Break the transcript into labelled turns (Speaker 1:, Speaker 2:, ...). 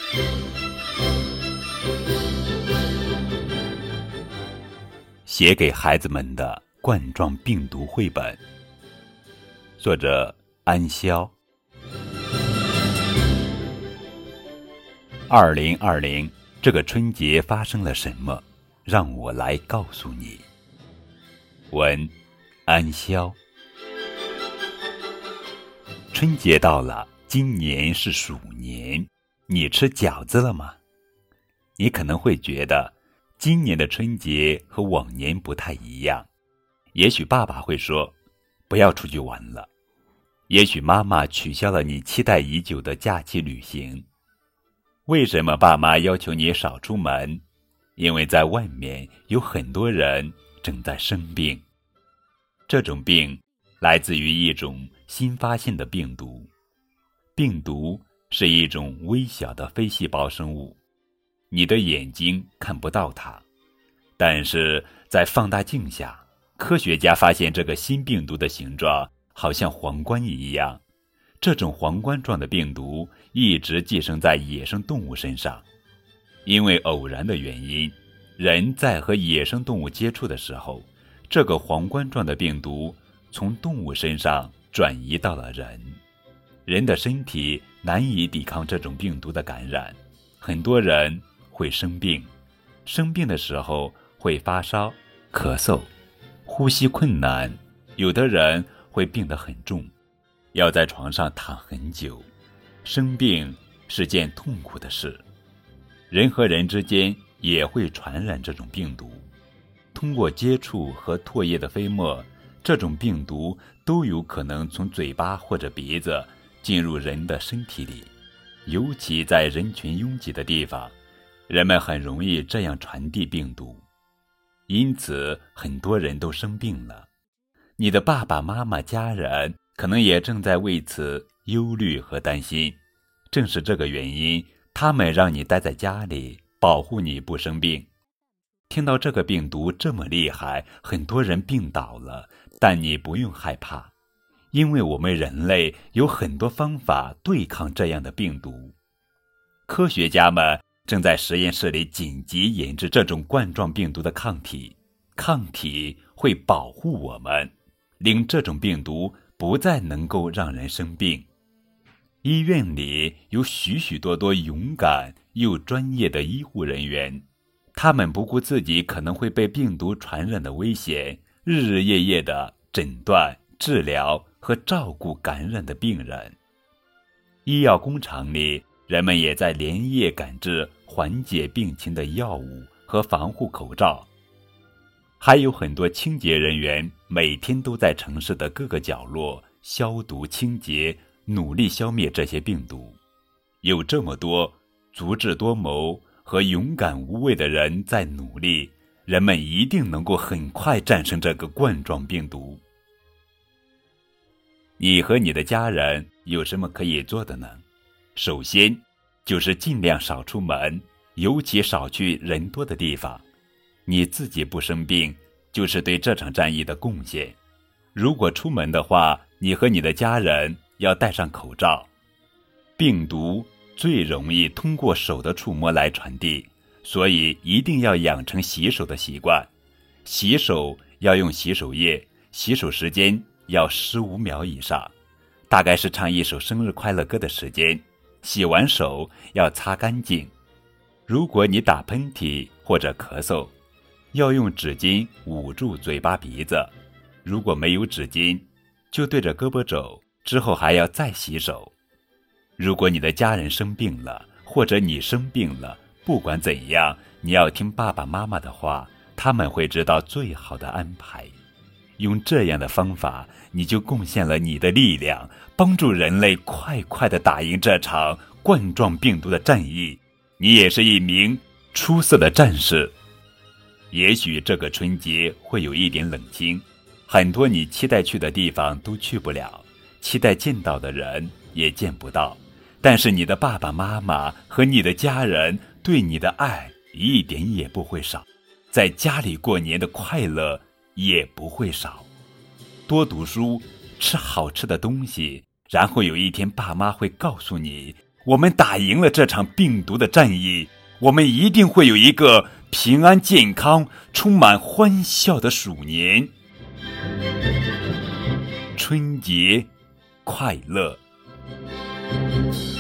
Speaker 1: 写给孩子们的冠状病毒绘本，作者安潇。2020这个春节发生了什么？让我来告诉你。文安潇。春节到了，今年是鼠年，你吃饺子了吗？你可能会觉得今年的春节和往年不太一样，也许爸爸会说不要出去玩了，也许妈妈取消了你期待已久的假期旅行。为什么爸妈要求你少出门？因为在外面有很多人正在生病。这种病来自于一种新发现的病毒。病毒是一种微小的非细胞生物，你的眼睛看不到它，但是在放大镜下，科学家发现这个新病毒的形状好像皇冠一样。这种皇冠状的病毒一直寄生在野生动物身上。因为偶然的原因，人在和野生动物接触的时候，这个皇冠状的病毒从动物身上转移到了人。人的身体难以抵抗这种病毒的感染，很多人会生病，生病的时候会发烧、咳嗽、呼吸困难，有的人会病得很重，要在床上躺很久。生病是件痛苦的事，人和人之间也会传染这种病毒。通过接触和唾液的飞沫，这种病毒都有可能从嘴巴或者鼻子进入人的身体里，尤其在人群拥挤的地方，人们很容易这样传递病毒，因此很多人都生病了。你的爸爸妈妈、家人可能也正在为此忧虑和担心。正是这个原因，他们让你待在家里，保护你不生病。听到这个病毒这么厉害，很多人病倒了，但你不用害怕，因为我们人类有很多方法对抗这样的病毒。科学家们正在实验室里紧急研制这种冠状病毒的抗体，抗体会保护我们，令这种病毒不再能够让人生病。医院里有许许多多勇敢又专业的医护人员，他们不顾自己可能会被病毒传染的危险，日日夜夜地诊断、治疗和照顾感染的病人。医药工厂里，人们也在连夜赶制缓解病情的药物和防护口罩。还有很多清洁人员每天都在城市的各个角落消毒清洁，努力消灭这些病毒。有这么多足智多谋和勇敢无畏的人在努力，人们一定能够很快战胜这个冠状病毒。你和你的家人有什么可以做的呢？首先就是尽量少出门，尤其少去人多的地方。你自己不生病，就是对这场战役的贡献。如果出门的话，你和你的家人要戴上口罩。病毒最容易通过手的触摸来传递，所以一定要养成洗手的习惯。洗手要用洗手液，洗手时间要15秒以上，大概是唱一首生日快乐歌的时间。洗完手要擦干净。如果你打喷嚏或者咳嗽，要用纸巾捂住嘴巴鼻子。如果没有纸巾，就对着胳膊肘，之后还要再洗手。如果你的家人生病了，或者你生病了，不管怎样，你要听爸爸妈妈的话，他们会知道最好的安排。用这样的方法，你就贡献了你的力量，帮助人类快快地打赢这场冠状病毒的战役。你也是一名出色的战士。也许这个春节会有一点冷清，很多你期待去的地方都去不了，期待见到的人也见不到，但是你的爸爸妈妈和你的家人对你的爱一点也不会少，在家里过年的快乐也不会少。多读书，吃好吃的东西，然后有一天爸妈会告诉你， 我们打赢了这场病毒的战役，我们一定会有一个平安健康、充满欢笑的鼠年。春节快乐！